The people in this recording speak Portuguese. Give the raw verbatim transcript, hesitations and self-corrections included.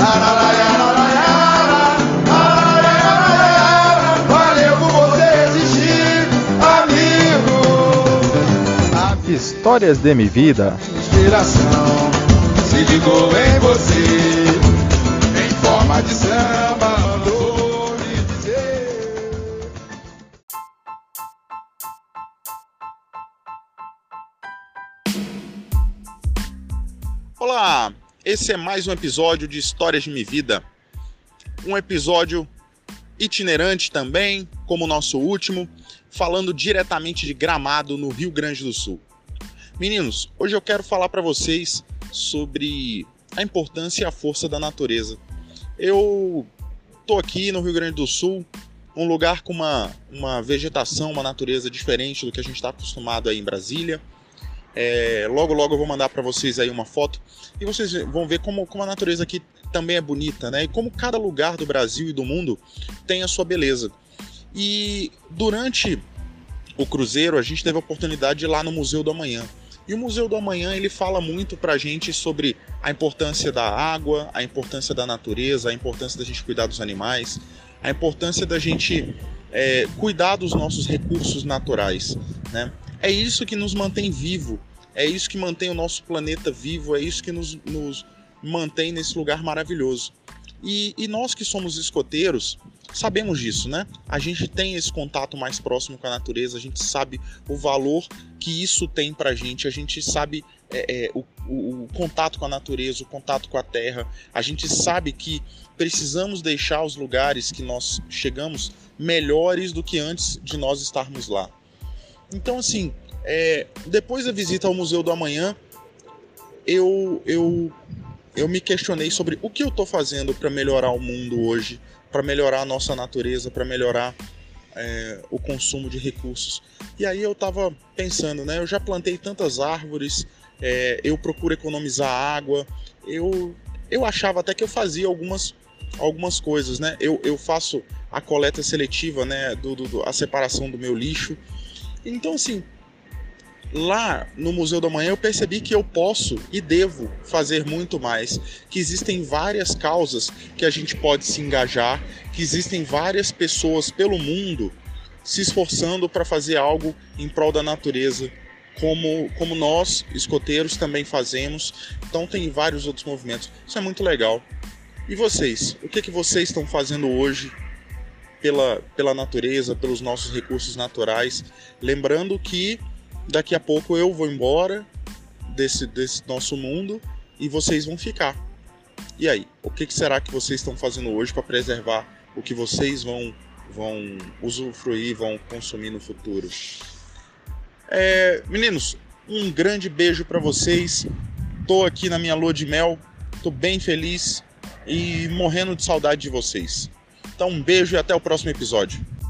Valeu por você existir, amigo. Histórias de minha vida. Inspiração se ligou em você, em forma de samba, mandou lhe dizer. Olá, esse é mais um episódio de Histórias de minha vida. Um episódio itinerante também, como o nosso último, falando diretamente de Gramado, no Rio Grande do Sul. Meninos, hoje eu quero falar para vocês sobre a importância e a força da natureza. Eu tô aqui no Rio Grande do Sul, um lugar com uma, uma vegetação, uma natureza diferente do que a gente está acostumado aí em Brasília. É, logo logo eu vou mandar para vocês aí uma foto e vocês vão ver como, como a natureza aqui também é bonita, né? E como cada lugar do Brasil e do mundo tem a sua beleza. E durante o cruzeiro a gente teve a oportunidade de ir lá no Museu do Amanhã. E o Museu do Amanhã ele fala muito pra gente sobre a importância da água, a importância da natureza, a importância da gente cuidar dos animais, a importância da gente é, cuidar dos nossos recursos naturais, né? É isso que nos mantém vivo, é isso que mantém o nosso planeta vivo, é isso que nos, nos mantém nesse lugar maravilhoso. E, e nós que somos escoteiros, sabemos disso, né? A gente tem esse contato mais próximo com a natureza, a gente sabe o valor que isso tem pra gente, a gente sabe é, é, o, o, o contato com a natureza, o contato com a terra, a gente sabe que precisamos deixar os lugares que nós chegamos melhores do que antes de nós estarmos lá. Então, assim, é, depois da visita ao Museu do Amanhã, eu, eu, eu me questionei sobre o que eu estou fazendo para melhorar o mundo hoje, para melhorar a nossa natureza, para melhorar é, o consumo de recursos. E aí eu estava pensando, né? Eu já plantei tantas árvores, é, eu procuro economizar água, eu, eu achava até que eu fazia algumas, algumas coisas, né? Eu, eu faço a coleta seletiva, né? Do, do, a separação do meu lixo. Então, assim, lá no Museu do Amanhã eu percebi que eu posso e devo fazer muito mais, que existem várias causas que a gente pode se engajar, que existem várias pessoas pelo mundo se esforçando para fazer algo em prol da natureza, como, como nós, escoteiros, também fazemos. Então tem vários outros movimentos. Isso é muito legal. E vocês? O que, que vocês estão fazendo hoje Pela, pela natureza, pelos nossos recursos naturais? Lembrando que daqui a pouco eu vou embora desse, desse nosso mundo e vocês vão ficar. E aí, o que, que será que vocês estão fazendo hoje para preservar o que vocês vão, vão usufruir, vão consumir no futuro? É, meninos, um grande beijo para vocês. Tô aqui na minha lua de mel, tô bem feliz e morrendo de saudade de vocês. Então um beijo e até o próximo episódio.